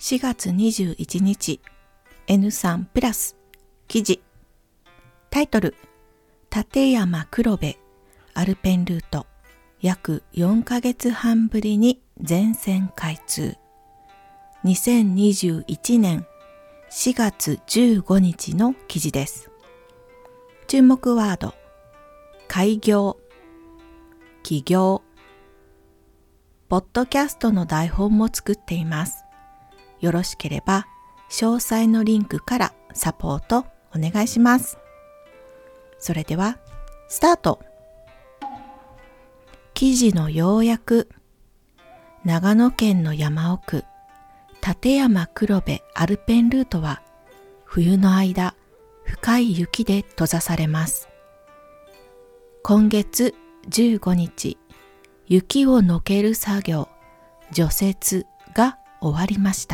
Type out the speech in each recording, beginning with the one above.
4月21日 N3 プラス記事タイトル立山黒部アルペンルート約4ヶ月半ぶりに全線開通2021年4月15日の記事です。注目ワード開業起業ポッドキャストの台本も作っています。よろしければ詳細のリンクからサポートお願いします。それではスタート。記事の要約。長野県の山奥立山黒部アルペンルートは冬の間深い雪で閉ざされます。今月15日雪をのける作業除雪が終わりました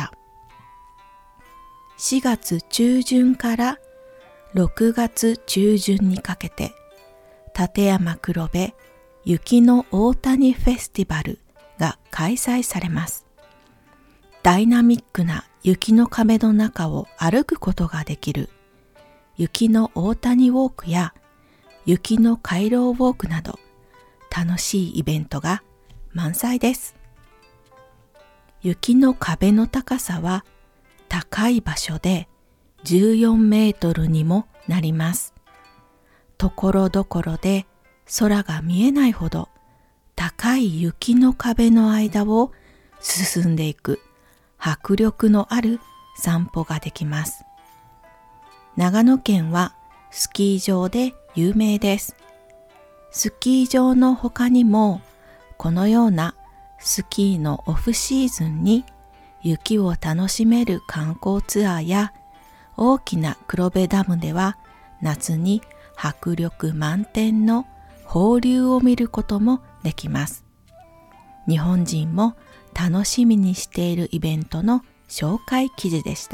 。4月中旬から6月中旬にかけて立山黒部雪の大谷フェスティバルが開催されます。ダイナミックな雪の壁の中を歩くことができる雪の大谷ウォークや雪の回廊ウォークなど楽しいイベントが満載です。雪の壁の高さは高い場所で14メートルにもなります。ところどころで空が見えないほど高い雪の壁の間を進んでいく迫力のある散歩ができます。長野県はスキー場で有名です。スキー場の他にもこのようなスキーのオフシーズンに雪を楽しめる観光ツアーや大きな黒部ダムでは夏に迫力満点の放流を見ることもできます。日本人も楽しみにしているイベントの紹介記事でした。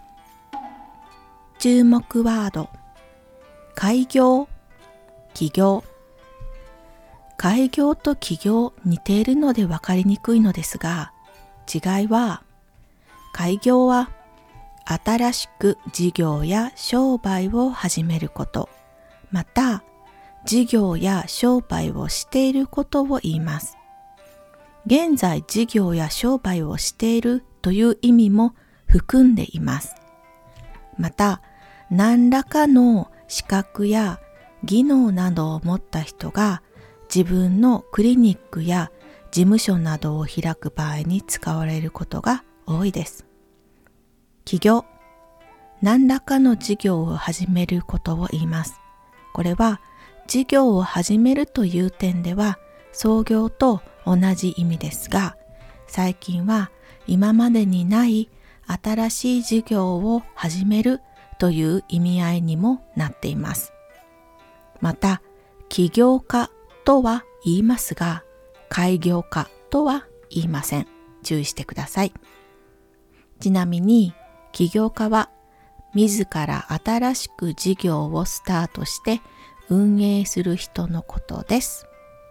注目ワード開業起業。開業と起業似ているので分かりにくいのですが、違いは開業は新しく事業や商売を始めること、また事業や商売をしていることを言います。現在事業や商売をしているという意味も含んでいます。また何らかの資格や技能などを持った人が自分のクリニックや事務所などを開く場合に使われることが多いです。起業、何らかの事業を始めることを言います。これは事業を始めるという点では創業と同じ意味ですが、最近は今までにない新しい事業を始めるという意味合いにもなっています。また、起業家とは言いますが、開業家とは言いません。注意してください。ちなみに、起業家は自ら新しく事業をスタートして運営する人のことです。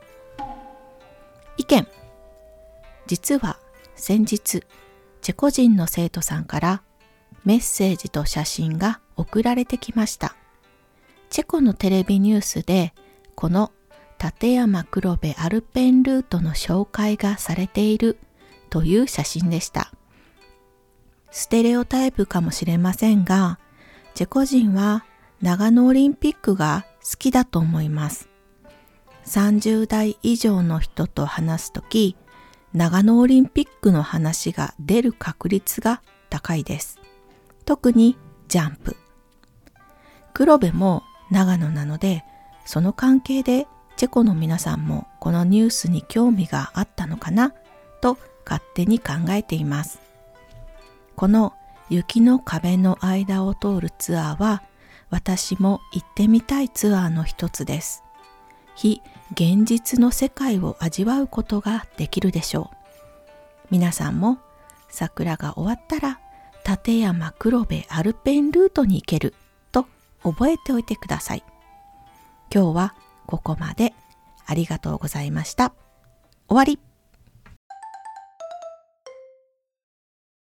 意見。実は先日、チェコ人の生徒さんからメッセージと写真が送られてきました。チェコのテレビニュースでこの立山黒部アルペンルートの紹介がされているという写真でした。ステレオタイプかもしれませんが、チェコ人は長野オリンピックが好きだと思います。30代以上の人と話すとき、長野オリンピックの話が出る確率が高いです。特にジャンプ。黒部も長野なので、その関係でチェコの皆さんもこのニュースに興味があったのかなと勝手に考えています。この雪の壁の間を通るツアーは私も行ってみたいツアーの一つです。非現実の世界を味わうことができるでしょう。皆さんも桜が終わったら立山黒部アルペンルートに行けると覚えておいてください。今日はここまで。ありがとうございました。終わり。